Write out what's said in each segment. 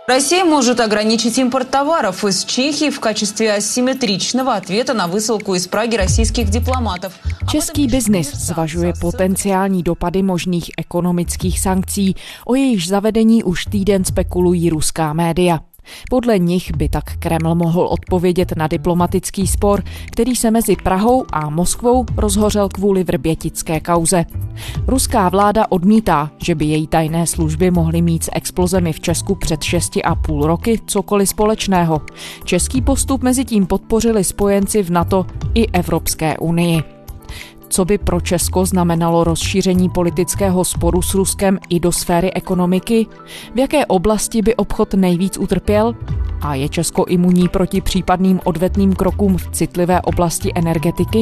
Россия может ограничить импорт товаров из Чехии в качестве асимметричного ответа на высылку из Праги российských дипломатов. Český biznis zvažuje potenciální dopady možných ekonomických sankcí, o jejichž zavedení už týden spekulují ruská média. Podle nich by tak Kreml mohl odpovědět na diplomatický spor, který se mezi Prahou a Moskvou rozhořel kvůli vrbětické kauze. Ruská vláda odmítá, že by její tajné služby mohly mít s explozemi v Česku před 6,5 roky cokoliv společného. Český postup mezitím podpořili spojenci v NATO i Evropské unii. Co by pro Česko znamenalo rozšíření politického sporu s Ruskem i do sféry ekonomiky? V jaké oblasti by obchod nejvíc utrpěl? A je Česko imunní proti případným odvetným krokům v citlivé oblasti energetiky?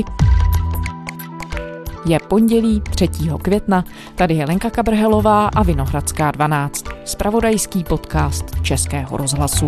Je pondělí 3. května, tady je Lenka Kabrhelová a Vinohradská 12, zpravodajský podcast Českého rozhlasu.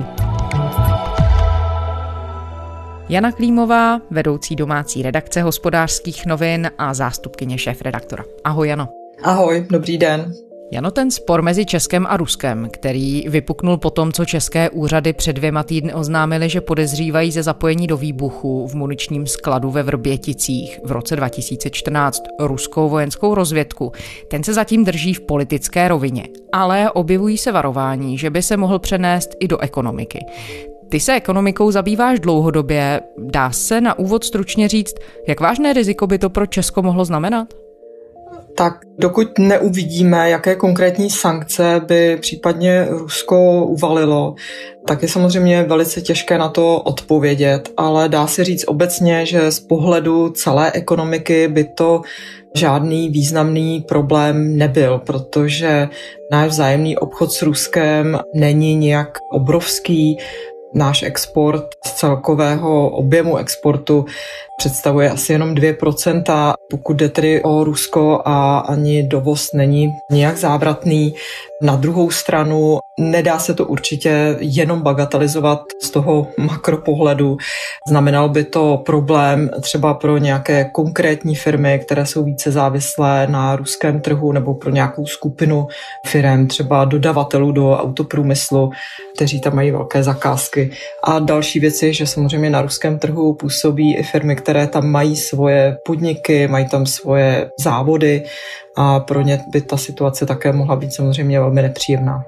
Jana Klímová, vedoucí domácí redakce Hospodářských novin a zástupkyně šéfredaktora. Ahoj, Jano. Ahoj, dobrý den. Jano, ten spor mezi Českem a Ruskem, který vypuknul po tom, co české úřady před 2 týdny oznámily, že podezřívají ze zapojení do výbuchu v muničním skladu ve Vrběticích v roce 2014 ruskou vojenskou rozvědku, ten se zatím drží v politické rovině, ale objevují se varování, že by se mohl přenést i do ekonomiky. Ty se ekonomikou zabýváš dlouhodobě. Dá se na úvod stručně říct, jak vážné riziko by to pro Česko mohlo znamenat? Tak dokud neuvidíme, jaké konkrétní sankce by případně Rusko uvalilo, tak je samozřejmě velice těžké na to odpovědět, ale dá se říct obecně, že z pohledu celé ekonomiky by to žádný významný problém nebyl, protože náš vzájemný obchod s Ruskem není nějak obrovský. Náš export z celkového objemu exportu představuje asi jenom 2%, pokud jde tedy o Rusko, a ani dovoz není nijak závratný. Na druhou stranu nedá se to určitě jenom bagatelizovat z toho makropohledu. Znamenalo by to problém třeba pro nějaké konkrétní firmy, které jsou více závislé na ruském trhu, nebo pro nějakou skupinu firem, třeba dodavatelů do autoprůmyslu, kteří tam mají velké zakázky. A další věc je, že samozřejmě na ruském trhu působí i firmy, které tam mají svoje podniky, mají tam svoje závody, a pro ně by ta situace také mohla být samozřejmě velmi nepříjemná.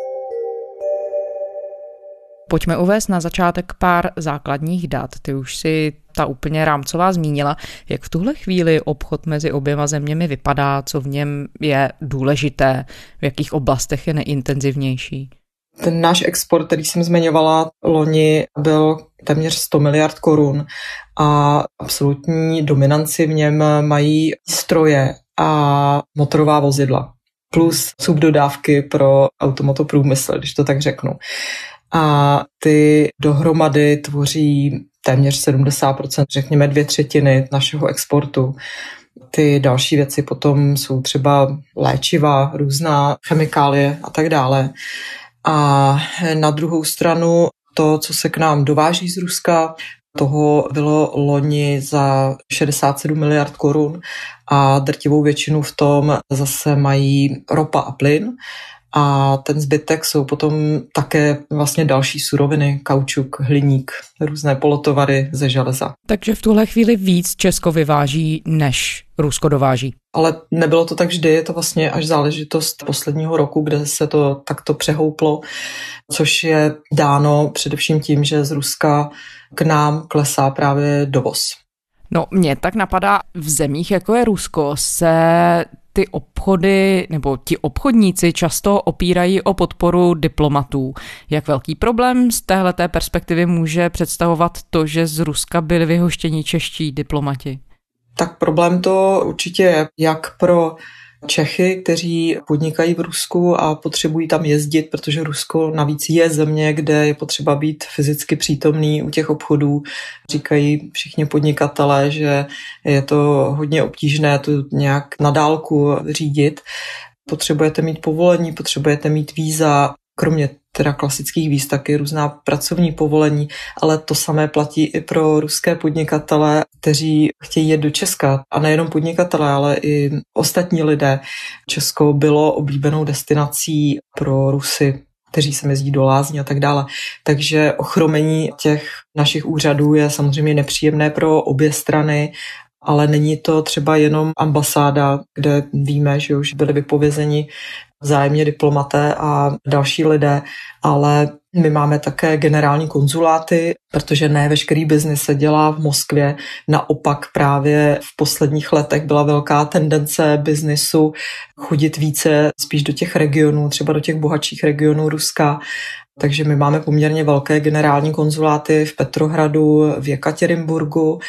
Pojďme uvést na začátek pár základních dat. Ty už si ta úplně rámcová zmínila. Jak v tuhle chvíli obchod mezi oběma zeměmi vypadá, co v něm je důležité, v jakých oblastech je nejintenzivnější? Ten náš export, který jsem zmiňovala loni, byl téměř 100 miliard korun a absolutní dominanci v něm mají stroje a motorová vozidla, plus subdodávky pro automotoprůmysl, když to tak řeknu. A ty dohromady tvoří téměř 70%, řekněme 2/3 našeho exportu. Ty další věci potom jsou třeba léčiva, různá chemikálie a tak dále. A na druhou stranu to, co se k nám dováží z Ruska, toho bylo loni za 67 miliard korun a drtivou většinu v tom zase mají ropa a plyn. A ten zbytek jsou potom také vlastně další suroviny, kaučuk, hliník, různé polotovary ze železa. Takže v tuhle chvíli víc Česko vyváží, než Rusko dováží. Ale nebylo to tak vždy, je to vlastně až záležitost posledního roku, kde se to takto přehouplo, což je dáno především tím, že z Ruska k nám klesá právě dovoz. No, mě tak napadá, v zemích, jako je Rusko, se ty obchody nebo ti obchodníci často opírají o podporu diplomatů. Jak velký problém z téhleté perspektivy může představovat to, že z Ruska byli vyhoštěni čeští diplomati? Tak problém to určitě je jak pro Čechy, kteří podnikají v Rusku a potřebují tam jezdit, protože Rusko navíc je země, kde je potřeba být fyzicky přítomný u těch obchodů. Říkají všichni podnikatelé, že je to hodně obtížné to nějak na dálku řídit. Potřebujete mít povolení, potřebujete mít víza, kromě teda klasických víz, taky různá pracovní povolení, ale to samé platí i pro ruské podnikatele, kteří chtějí jet do Česka. A nejenom podnikatele, ale i ostatní lidé. Česko bylo oblíbenou destinací pro Rusy kteří se jezdí do lázní a tak dále. Takže ochromení těch našich úřadů je samozřejmě nepříjemné pro obě strany, ale není to třeba jenom ambasáda, kde víme, že už byli vypovězeni vzájemně diplomaté a další lidé, ale my máme také generální konzuláty, protože ne veškerý biznis se dělá v Moskvě. Naopak právě v posledních letech byla velká tendence biznisu chodit více spíš do těch regionů, třeba do těch bohatších regionů Ruska. Takže my máme poměrně velké generální konzuláty v Petrohradu, v Jekatěrinburgu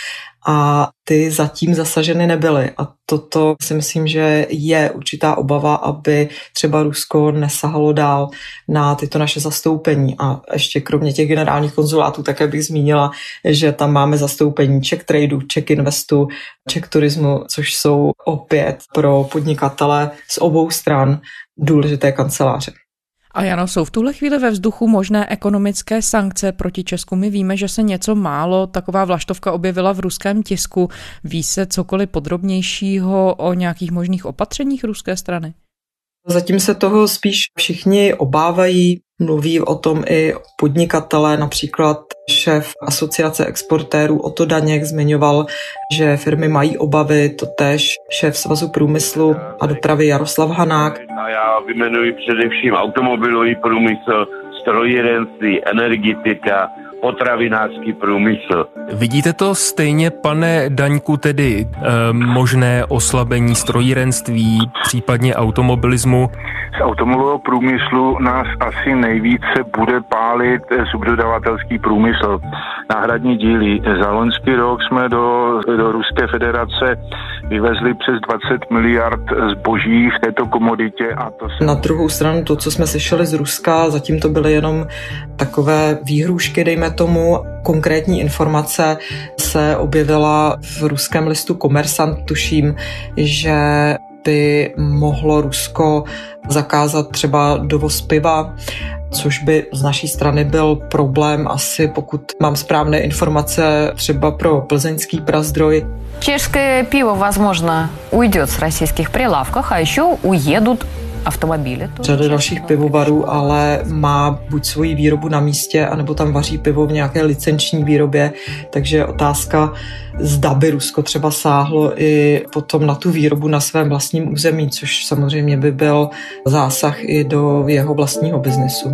a ty zatím zasaženy nebyly. A toto si myslím, že je určitá obava, aby třeba Rusko nesahalo dál na tyto naše zastoupení. A ještě kromě těch generálních konzulátů také bych zmínila, že tam máme zastoupení Czech Tradu, Czech Investu, Czech Turismu, což jsou opět pro podnikatele z obou stran důležité kanceláře. A Jano, jsou v tuhle chvíli ve vzduchu možné ekonomické sankce proti Česku? My víme, že se něco málo, taková vlaštovka objevila v ruském tisku. Ví se cokoliv podrobnějšího o nějakých možných opatřeních ruské strany? Zatím se toho spíš všichni obávají. Mluví o tom i podnikatelé, například šéf asociace exportérů Otto Daněk zmiňoval, že firmy mají obavy, totéž šéf Svazu průmyslu a dopravy Jaroslav Hanák. A já vyjmenuji především automobilový průmysl, strojírenství, energetika, potravinářský průmysl. Vidíte to stejně, pane Daňku, tedy možné oslabení strojírenství, případně automobilismu? Z automobilového průmyslu nás asi nejvíce bude pálit subdodavatelský průmysl. Náhradní díly. Za loňský rok jsme do Ruské federace vyvezli přes 20 miliard zboží v této komoditě. A to Na druhou stranu to, co jsme slyšeli z Ruska, zatím to byly jenom takové výhrůžky, dejme tomu. Konkrétní informace se objevila v ruském listu Komersant, tuším, že by mohlo Rusko zakázat třeba dovoz piva, což by z naší strany byl problém asi, pokud mám správné informace, třeba pro plzeňský Prazdroj. Чешское пиво, возможно, уйдет с российских прилавков, а еще уедут automobily. Řada dalších pivovarů ale má buď svoji výrobu na místě, anebo tam vaří pivo v nějaké licenční výrobě, takže je otázka, zda by Rusko třeba sáhlo i potom na tu výrobu na svém vlastním území, což samozřejmě by byl zásah i do jeho vlastního biznesu.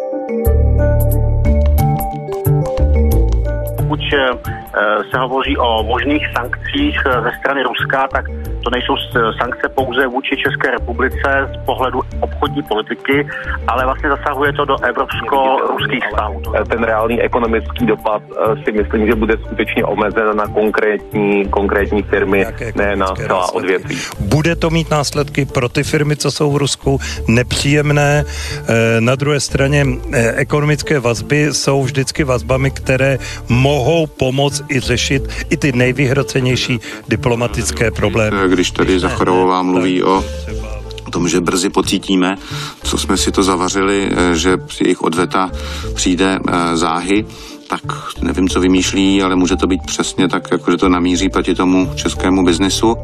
Pokud se hovoří o možných sankcích ze strany Ruska, tak to nejsou sankce pouze vůči České republice z pohledu obchodní politiky, ale vlastně zasahuje to do evropsko-ruských vztahů. Ten reálný ekonomický dopad si myslím, že bude skutečně omezen na konkrétní firmy, ne na celá odvětví. Bude to mít následky pro ty firmy, co jsou v Rusku, nepříjemné. Na druhé straně ekonomické vazby jsou vždycky vazbami, které mohou pomoct i řešit i ty nejvyhrocenější diplomatické problémy. Když tady Zacharová mluví o tom, že brzy pocítíme, co jsme si to zavařili, že jejich odveta přijde záhy, tak nevím, co vymýšlí, ale může to být přesně tak, jako že to namíří proti tomu českému biznesu.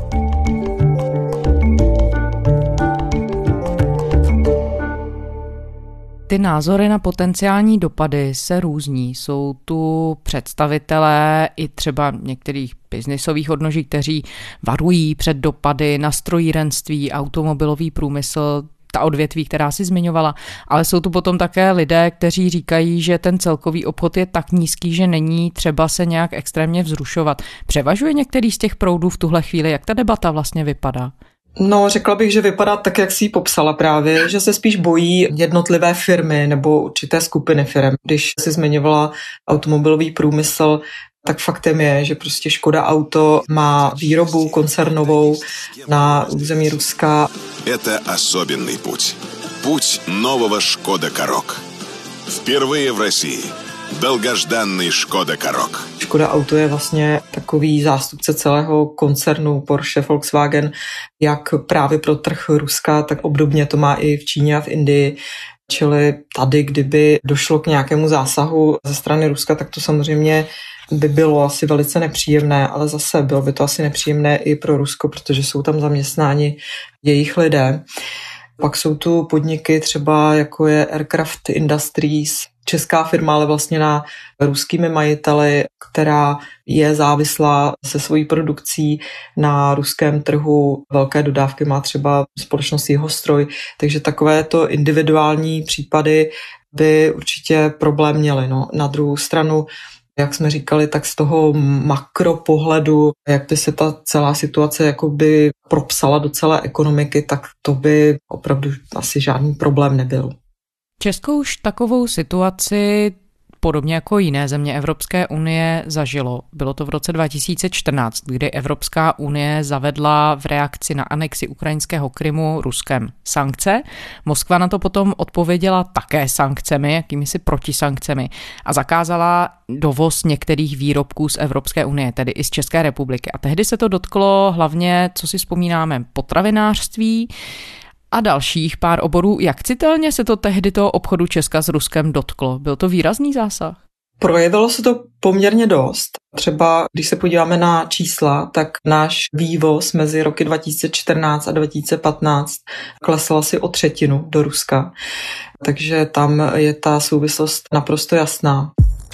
Ty názory na potenciální dopady se různí. Jsou tu představitelé i třeba některých biznisových odnoží, kteří varují před dopady na strojírenství, automobilový průmysl, ta odvětví, která si zmiňovala, ale jsou tu potom také lidé, kteří říkají, že ten celkový obchod je tak nízký, že není třeba se nějak extrémně vzrušovat. Převažuje některý z těch proudů v tuhle chvíli? Jak ta debata vlastně vypadá? No, řekla bych, že vypadá tak, jak jsi ji popsala právě, že se spíš bojí jednotlivé firmy nebo určité skupiny firm. Když jsi zmiňovala automobilový průmysl, tak faktem je, že prostě Škoda Auto má výrobu koncernovou na území Ruska. Это особенный путь. Путь нового Škoda Karoq. Впервые в России. Долгожданный Škoda Karoq. Škoda Auto je vlastně takový zástupce celého koncernu Porsche, Volkswagen, jak právě pro trh Ruska, tak obdobně to má i v Číně a v Indii. Čili tady, kdyby došlo k nějakému zásahu ze strany Ruska, tak to samozřejmě by bylo asi velice nepříjemné, ale zase bylo by to asi nepříjemné i pro Rusko, protože jsou tam zaměstnáni jejich lidé. Pak jsou tu podniky třeba jako je Aircraft Industries, česká firma, ale vlastně na ruskými majiteli, která je závislá se svojí produkcí na ruském trhu. Velké dodávky má třeba společnost Jihostroj, takže takovéto individuální případy by určitě problém měly. No. Na druhou stranu, jak jsme říkali, tak z toho makropohledu, jak by se ta celá situace jakoby propsala do celé ekonomiky, tak to by opravdu asi žádný problém nebyl. Česko už takovou situaci podobně jako jiné země Evropské unie zažilo. Bylo to v roce 2014, kdy Evropská unie zavedla v reakci na anexi ukrajinského Krymu Ruskem sankce. Moskva na to potom odpověděla také sankcemi, jakýmisi protisankcemi a zakázala dovoz některých výrobků z Evropské unie, tedy i z České republiky. A tehdy se to dotklo hlavně, co si vzpomínáme, potravinářství a dalších pár oborů. Jak citelně se to tehdy toho obchodu Česka s Ruskem dotklo? Byl to výrazný zásah? Projevilo se to poměrně dost. Třeba když se podíváme na čísla, tak náš vývoz mezi roky 2014 a 2015 klesl asi o 1/3 do Ruska. Takže tam je ta souvislost naprosto jasná.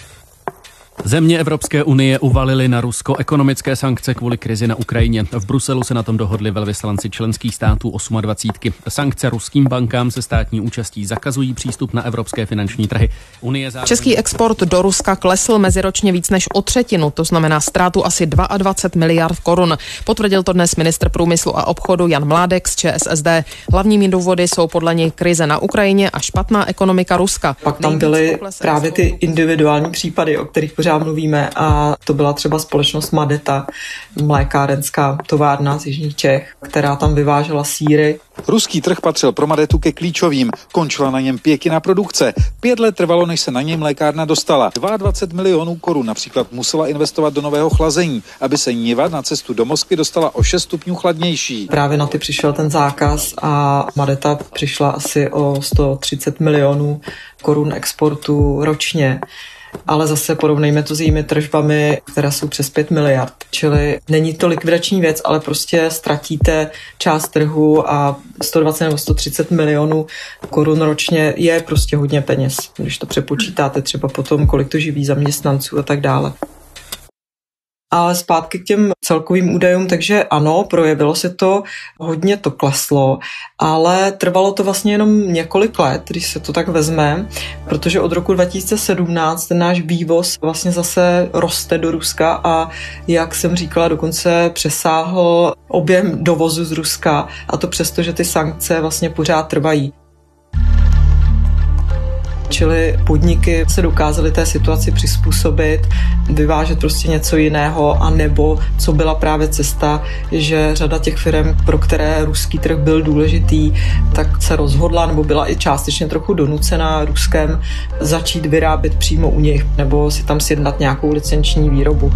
Země Evropské unie uvalily na Rusko ekonomické sankce kvůli krizi na Ukrajině. V Bruselu se na tom dohodli velvyslanci členských států 28. Sankce ruským bankám se státní účastí zakazují přístup na evropské finanční trhy. Český export do Ruska klesl meziročně víc než o 1/3, to znamená ztrátu asi 22 miliard korun. Potvrdil to dnes ministr průmyslu a obchodu Jan Mládek z ČSSD. Hlavními důvody jsou podle něj krize na Ukrajině a špatná ekonomika Ruska. Pak tam byly právě ty individuální případy, o kterých pořád mluvíme, a to byla třeba společnost Madeta, mlékárenská továrna z jižních Čech, která tam vyvážela sýry. Ruský trh patřil pro Madetu ke klíčovým. Končila na něm pětina produkce. 5 let trvalo, než se na něj mlékárna dostala. 22 milionů korun například musela investovat do nového chlazení, aby se Niva na cestu do Moskvy dostala o 6 stupňů chladnější. Právě na ty přišel ten zákaz a Madeta přišla asi o 130 milionů korun exportu ročně. Ale zase porovnejme to s jejími tržbami, které jsou přes 5 miliard. Čili není to likvidační věc, ale prostě ztratíte část trhu a 120 nebo 130 milionů korun ročně je prostě hodně peněz, když to přepočítáte třeba potom, kolik to živí zaměstnanců a tak dále. Ale zpátky k těm celkovým údajům, takže ano, projevilo se to, hodně to kleslo, ale trvalo to vlastně jenom několik let, když se to tak vezme, protože od roku 2017 ten náš vývoz vlastně zase roste do Ruska a jak jsem říkala, dokonce přesáhl objem dovozu z Ruska, a to přesto, že ty sankce vlastně pořád trvají. Čili podniky se dokázaly té situaci přizpůsobit, vyvážet prostě něco jiného, a nebo co byla právě cesta, že řada těch firm, pro které ruský trh byl důležitý, tak se rozhodla nebo byla i částečně trochu donucena Ruskem začít vyrábět přímo u nich nebo si tam sjednat nějakou licenční výrobu.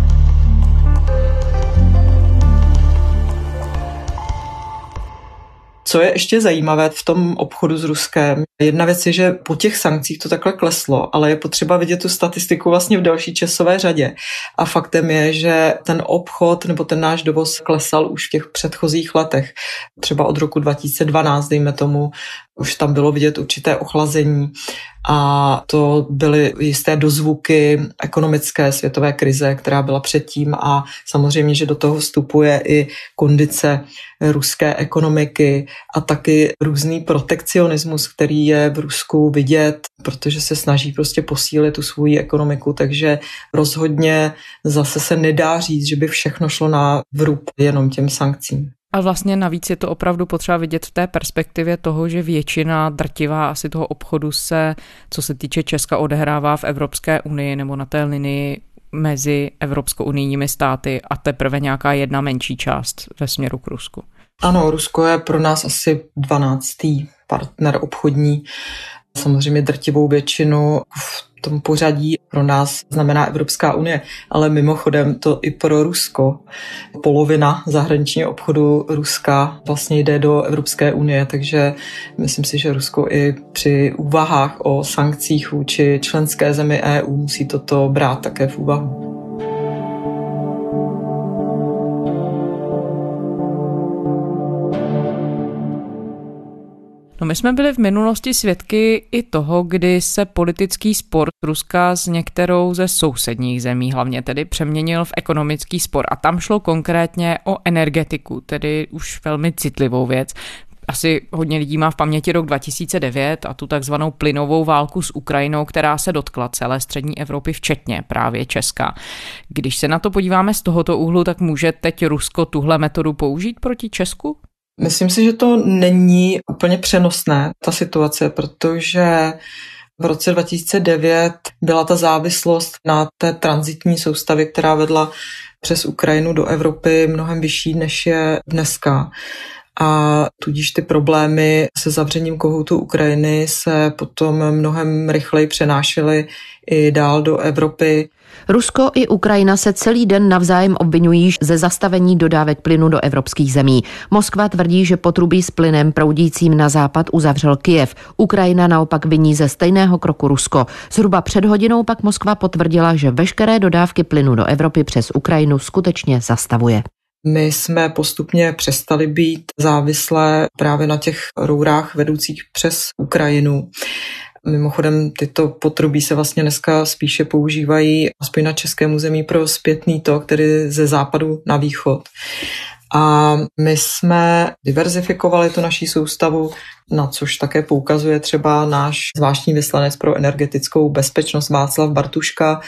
Co je ještě zajímavé v tom obchodu s Ruskem, jedna věc je, že po těch sankcích to takhle kleslo, ale je potřeba vidět tu statistiku vlastně v další časové řadě. A faktem je, že ten obchod nebo ten náš dovoz klesal už v těch předchozích letech. Třeba od roku 2012, dejme tomu, už tam bylo vidět určité ochlazení a to byly jisté dozvuky ekonomické světové krize, která byla předtím, a samozřejmě, že do toho vstupuje i kondice ruské ekonomiky a taky různý protekcionismus, který je v Rusku vidět, protože se snaží prostě posílit tu svou ekonomiku, takže rozhodně zase se nedá říct, že by všechno šlo na vrub jenom těm sankcím. A vlastně navíc je to opravdu potřeba vidět v té perspektivě toho, že většina drtivá asi toho obchodu se, co se týče Česka, odehrává v Evropské unii nebo na té linii mezi Evropskou unijními státy a teprve nějaká jedna menší část ve směru k Rusku. Ano, Rusko je pro nás asi 12. partner obchodní. Samozřejmě drtivou většinu v tom pořadí pro nás znamená Evropská unie, ale mimochodem to i pro Rusko. Polovina zahraničního obchodu Ruska vlastně jde do Evropské unie, takže myslím si, že Rusko i při úvahách o sankcích vůči členské zemi EU musí toto brát také v úvahu. No my jsme byli v minulosti svědky i toho, kdy se politický spor Ruska s některou ze sousedních zemí, hlavně tedy přeměnil v ekonomický spor. A tam šlo konkrétně o energetiku, tedy už velmi citlivou věc. Asi hodně lidí má v paměti rok 2009 a tu takzvanou plynovou válku s Ukrajinou, která se dotkla celé střední Evropy, včetně právě Česka. Když se na to podíváme z tohoto úhlu, tak může teď Rusko tuhle metodu použít proti Česku? Myslím si, že to není úplně přenosné, ta situace, protože v roce 2009 byla ta závislost na té tranzitní soustavě, která vedla přes Ukrajinu do Evropy, mnohem vyšší, než je dneska. A tudíž ty problémy se zavřením kohoutu Ukrajiny se potom mnohem rychleji přenášely i dál do Evropy. Rusko i Ukrajina se celý den navzájem obvinují ze zastavení dodávek plynu do evropských zemí. Moskva tvrdí, že potrubí s plynem proudícím na západ uzavřel Kyjev. Ukrajina naopak viní ze stejného kroku Rusko. Zhruba před hodinou pak Moskva potvrdila, že veškeré dodávky plynu do Evropy přes Ukrajinu skutečně zastavuje. My jsme postupně přestali být závislé právě na těch rourách vedoucích přes Ukrajinu. Mimochodem tyto potrubí se vlastně dneska spíše používají aspoň na českém území pro zpětný tok, tedy ze západu na východ. A my jsme diverzifikovali tu naší soustavu, na což také poukazuje třeba náš zvláštní vyslanec pro energetickou bezpečnost Václav Bartuška,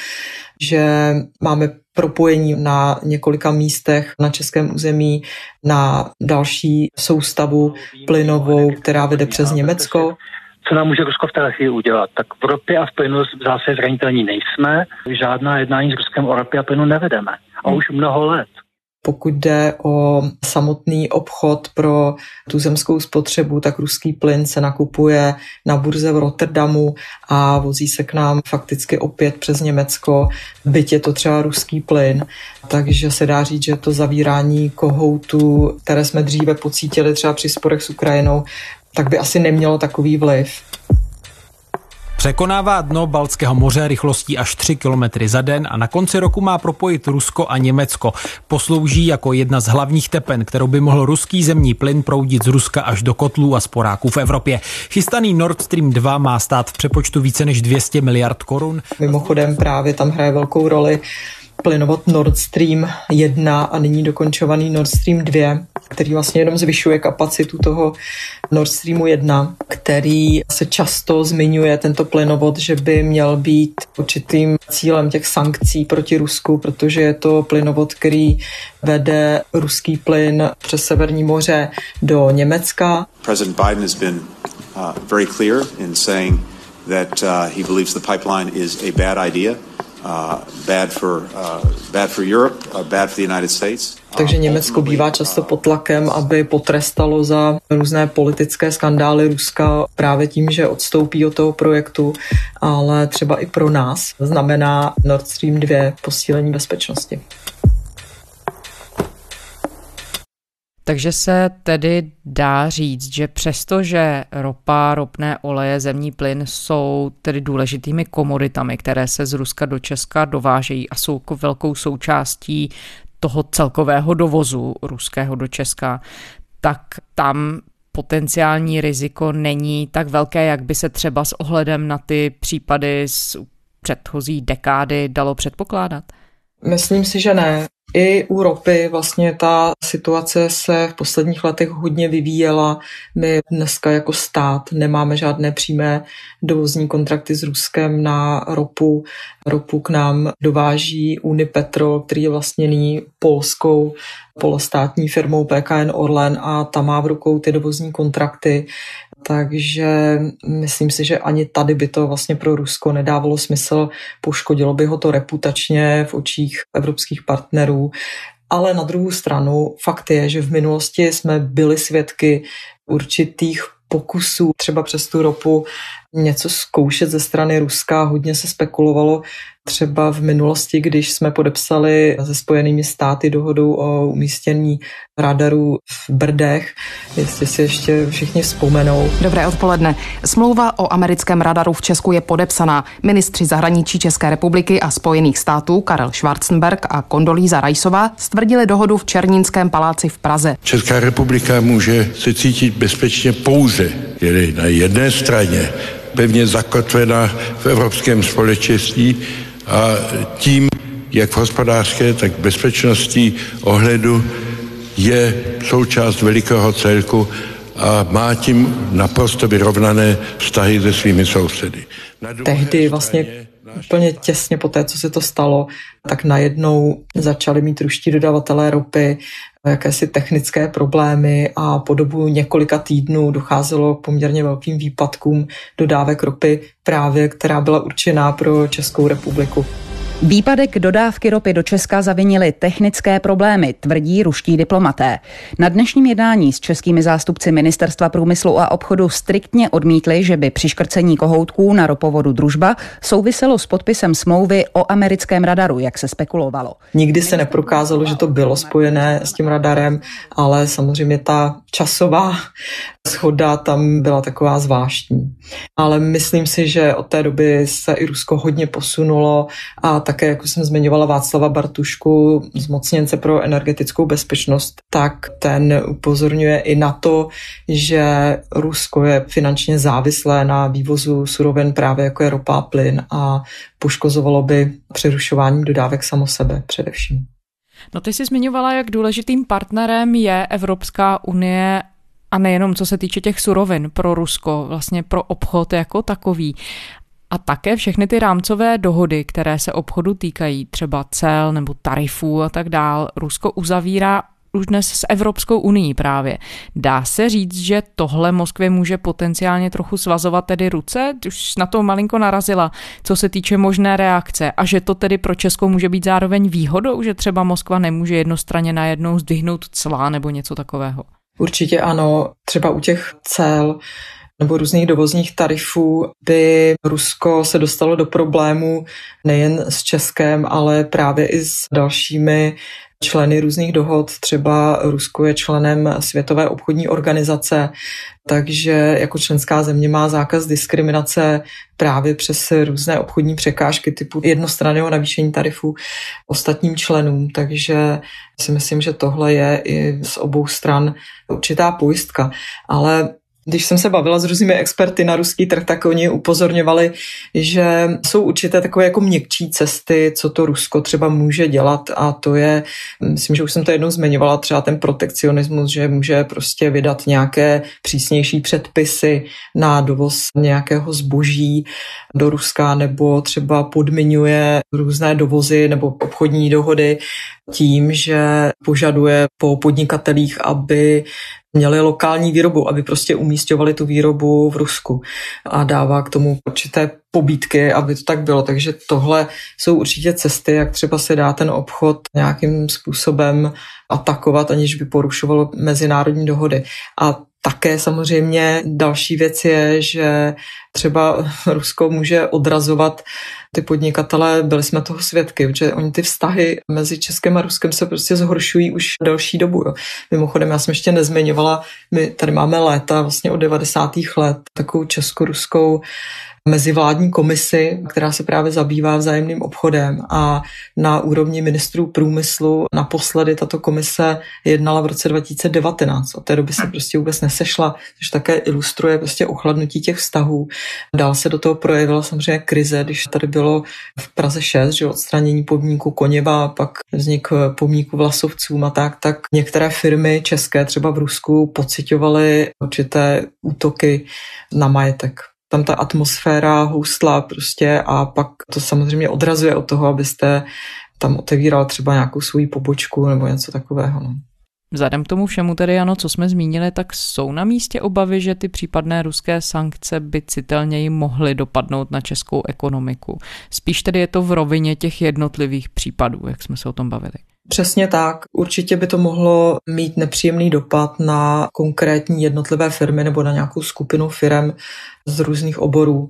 že máme propojení na několika místech na českém území na další soustavu plynovou, která vede přes Německo. Co nám může Rusko v té chvíli udělat? Tak v ropě a v plynu zase zranitelní nejsme. Žádná jednání s Ruskem o ropě a plynu nevedeme. A už mnoho let. Pokud jde o samotný obchod pro tu zemskou spotřebu, tak ruský plyn se nakupuje na burze v Rotterdamu a vozí se k nám fakticky opět přes Německo, byť je to třeba ruský plyn. Takže se dá říct, že to zavírání kohoutu, které jsme dříve pocítili třeba při sporech s Ukrajinou, tak by asi nemělo takový vliv. Překonává dno Baltského moře rychlostí až 3 km za den a na konci roku má propojit Rusko a Německo. Poslouží jako jedna z hlavních tepen, kterou by mohl ruský zemní plyn proudit z Ruska až do kotlů a sporáků v Evropě. Chystaný Nord Stream 2 má stát v přepočtu více než 200 miliard korun. Mimochodem právě tam hraje velkou roli plynovod Nord Stream 1 a nyní dokončovaný Nord Stream 2, který vlastně jenom zvyšuje kapacitu toho Nord Streamu 1, který se často zmiňuje tento plynovod, že by měl být určitým cílem těch sankcí proti Rusku, protože je to plynovod, který vede ruský plyn přes Severní moře do Německa. President Biden has been very clear in saying that he believes the pipeline is a bad idea. Bad for Europe, bad for the United States. Takže Německo bývá často pod tlakem, aby potrestalo za různé politické skandály Ruska právě tím, že odstoupí od toho projektu, ale třeba i pro nás znamená Nord Stream 2 posílení bezpečnosti. Takže se tedy dá říct, že přestože ropa, ropné oleje, zemní plyn jsou tedy důležitými komoditami, které se z Ruska do Česka dovážejí a jsou velkou součástí toho celkového dovozu ruského do Česka, tak tam potenciální riziko není tak velké, jak by se třeba s ohledem na ty případy z předchozí dekády dalo předpokládat? Myslím si, že ne. I u ropy vlastně ta situace se v posledních letech hodně vyvíjela. My dneska jako stát nemáme žádné přímé dovozní kontrakty s Ruskem na ropu. Ropu k nám dováží Unipetrol, který je vlastněný polskou polostátní firmou PKN Orlen a ta má v rukou ty dovozní kontrakty. Takže myslím si, že ani tady by to vlastně pro Rusko nedávalo smysl, poškodilo by ho to reputačně v očích evropských partnerů. Ale na druhou stranu fakt je, že v minulosti jsme byli svědky určitých pokusů třeba přes tu ropu něco zkoušet ze strany Ruska. Hodně se spekulovalo Třeba v minulosti, když jsme podepsali se Spojenými státy dohodu o umístění radarů v Brdech, jestli si ještě všichni vzpomenou. Dobré odpoledne. Smlouva o americkém radaru v Česku je podepsaná. Ministři zahraničí České republiky a Spojených států Karel Schwarzenberg a Kondolíza Rajsová stvrdili dohodu v Černínském paláci v Praze. Česká republika může se cítit bezpečně pouze, je na jedné straně pevně zakotvena v evropském společenství a tím, jak v hospodářské, tak v bezpečnostní ohledu je součást velikého celku a má tím naprosto vyrovnané vztahy se svými sousedy. Tehdy vlastně úplně těsně po té, co se to stalo, tak najednou začali mít ruští dodavatelé ropy jakési technické problémy a po dobu několika týdnů docházelo k poměrně velkým výpadkům dodávek ropy právě, která byla určená pro Českou republiku. Výpadek dodávky ropy do Česka zavinily technické problémy, tvrdí ruští diplomaté. Na dnešním jednání s českými zástupci Ministerstva průmyslu a obchodu striktně odmítli, že by přiškrcení kohoutků na ropovodu Družba souviselo s podpisem smlouvy o americkém radaru, jak se spekulovalo. Nikdy se neprokázalo, že to bylo spojené s tím radarem, ale samozřejmě ta časová shoda tam byla taková zvláštní. Ale myslím si, že od té doby se i Rusko hodně posunulo a také, jako jsem zmiňovala Václava Bartušku, zmocněnce pro energetickou bezpečnost, tak ten upozorňuje i na to, že Rusko je finančně závislé na vývozu surovin právě jako je ropa a plyn a poškozovalo by přerušováním dodávek samo sebe především. No ty jsi zmiňovala, jak důležitým partnerem je Evropská unie a nejenom co se týče těch surovin pro Rusko, vlastně pro obchod jako takový. A také všechny ty rámcové dohody, které se obchodu týkají, třeba cel nebo tarifů a tak dál, Rusko uzavírá už dnes s Evropskou unií právě. Dá se říct, že tohle Moskvě může potenciálně trochu svazovat tedy ruce? Už na to malinko narazila, co se týče možné reakce a že to tedy pro Česko může být zároveň výhodou, že třeba Moskva nemůže jednostranně najednou zdvihnout cla nebo něco takového. Určitě ano, třeba u těch cel nebo různých dovozních tarifů by Rusko se dostalo do problému nejen s Českem, ale právě i s dalšími členy různých dohod. Třeba Rusko je členem Světové obchodní organizace, takže jako členská země má zákaz diskriminace právě přes různé obchodní překážky typu jednostranného navýšení tarifů ostatním členům. Takže si myslím, že tohle je i z obou stran určitá pojistka. Ale když jsem se bavila s různými experty na ruský trh, tak oni upozorňovali, že jsou určité takové jako měkčí cesty, co to Rusko třeba může dělat a to je, myslím, že už jsem to jednou zmiňovala, třeba ten protekcionismus, že může prostě vydat nějaké přísnější předpisy na dovoz nějakého zboží do Ruska nebo třeba podmiňuje různé dovozy nebo obchodní dohody tím, že požaduje po podnikatelích, aby měli lokální výrobu, aby prostě umísťovali tu výrobu v Rusku a dává k tomu určité pobídky, aby to tak bylo. Takže tohle jsou určitě cesty, jak třeba se dá ten obchod nějakým způsobem atakovat, aniž by porušovalo mezinárodní dohody. A také samozřejmě další věc je, že třeba Rusko může odrazovat ty podnikatelé, byli jsme toho svědky, že oni ty vztahy mezi Českem a Ruskem se prostě zhoršují už delší dobu. Jo. Mimochodem, já jsem ještě nezmiňovala, my tady máme léta vlastně od 90. let, takovou česko-ruskou mezivládní komisi, která se právě zabývá vzájemným obchodem a na úrovni ministrů průmyslu naposledy tato komise jednala v roce 2019. Od té doby se prostě vůbec nesešla, což také ilustruje prostě ochladnutí těch vztahů. Dál se do toho projevila samozřejmě krize, když tady bylo v Praze 6, že odstranění pomníku Koněva, pak vznik pomníku Vlasovcům a tak některé firmy české třeba v Rusku pociťovaly určité útoky na majetek. Tam ta atmosféra houstla prostě a pak to samozřejmě odrazuje od toho, abyste tam otevíral třeba nějakou svou pobočku nebo něco takového. No. Vzhledem k tomu všemu tedy, ano, co jsme zmínili, tak jsou na místě obavy, že ty případné ruské sankce by citelněji mohly dopadnout na českou ekonomiku. Spíš tedy je to v rovině těch jednotlivých případů, jak jsme se o tom bavili. Přesně tak. Určitě by to mohlo mít nepříjemný dopad na konkrétní jednotlivé firmy nebo na nějakou skupinu firem z různých oborů.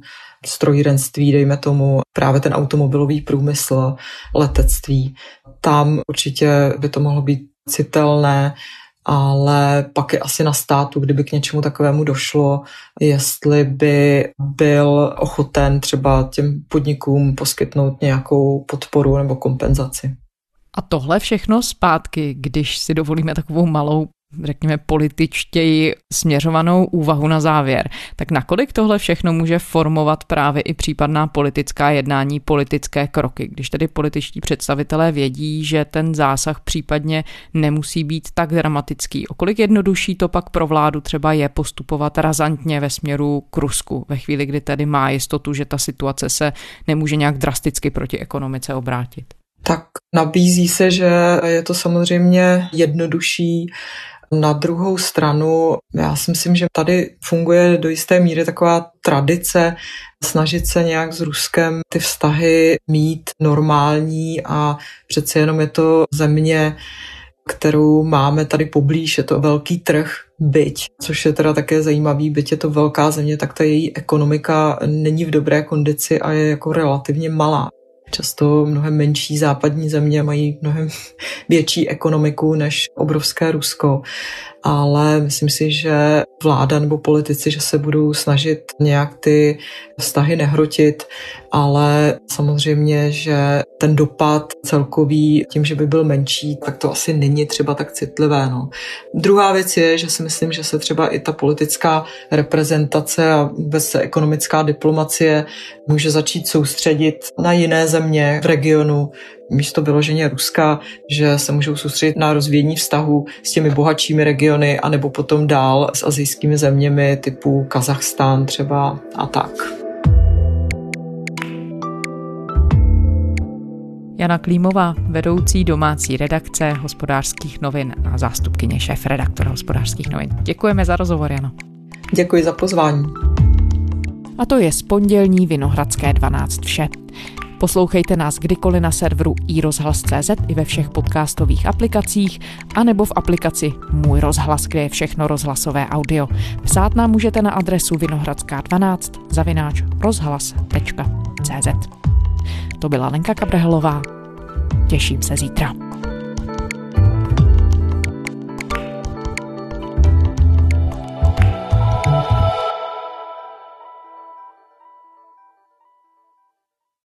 strojírenství, dejme tomu, právě ten automobilový průmysl, letectví. Tam určitě by to mohlo být citelné, ale pak je asi na státu, kdyby k něčemu takovému došlo, jestli by byl ochoten třeba těm podnikům poskytnout nějakou podporu nebo kompenzaci. A tohle všechno zpátky, když si dovolíme takovou malou, řekněme, političtěji směřovanou úvahu na závěr, tak nakolik tohle všechno může formovat právě i případná politická jednání, politické kroky, když tedy političtí představitelé vědí, že ten zásah případně nemusí být tak dramatický. O kolik jednodušší to pak pro vládu třeba je postupovat razantně ve směru k Rusku, ve chvíli, kdy tedy má jistotu, že ta situace se nemůže nějak drasticky proti ekonomice obrátit? Tak nabízí se, že je to samozřejmě jednodušší. Na druhou stranu, já si myslím, že tady funguje do jisté míry taková tradice snažit se nějak s Ruskem ty vztahy mít normální a přece jenom je to země, kterou máme tady poblíž, je to velký trh, byť, což je teda také zajímavý, byť je to velká země, tak ta její ekonomika není v dobré kondici a je jako relativně malá. Často mnohem menší západní země mají mnohem větší ekonomiku než obrovské Rusko, ale myslím si, že vláda nebo politici, že se budou snažit nějak ty vztahy nehrotit, ale samozřejmě, že ten dopad celkový tím, že by byl menší, tak to asi není třeba tak citlivé. No. Druhá věc je, že si myslím, že se třeba i ta politická reprezentace a vůbec ekonomická diplomacie může začít soustředit na jiné země v regionu, místo vyloženě Ruska, že se můžou soustředit na rozvíjení vztahu s těmi bohatšími regiony anebo potom dál s asijskými zeměmi typu Kazachstán třeba a tak. Jana Klímová, vedoucí domácí redakce Hospodářských novin a zástupkyně šéfredaktora Hospodářských novin. Děkujeme za rozhovor, Jano. Děkuji za pozvání. A to je z pondělní Vinohradské 12 vše. Poslouchejte nás kdykoliv na serveru iRozhlas.cz i ve všech podcastových aplikacích anebo v aplikaci Můj rozhlas, kde je všechno rozhlasové audio. Psát nám můžete na adresu vinohradská12@rozhlas.cz. To byla Lenka Kabrhelová. Těším se zítra.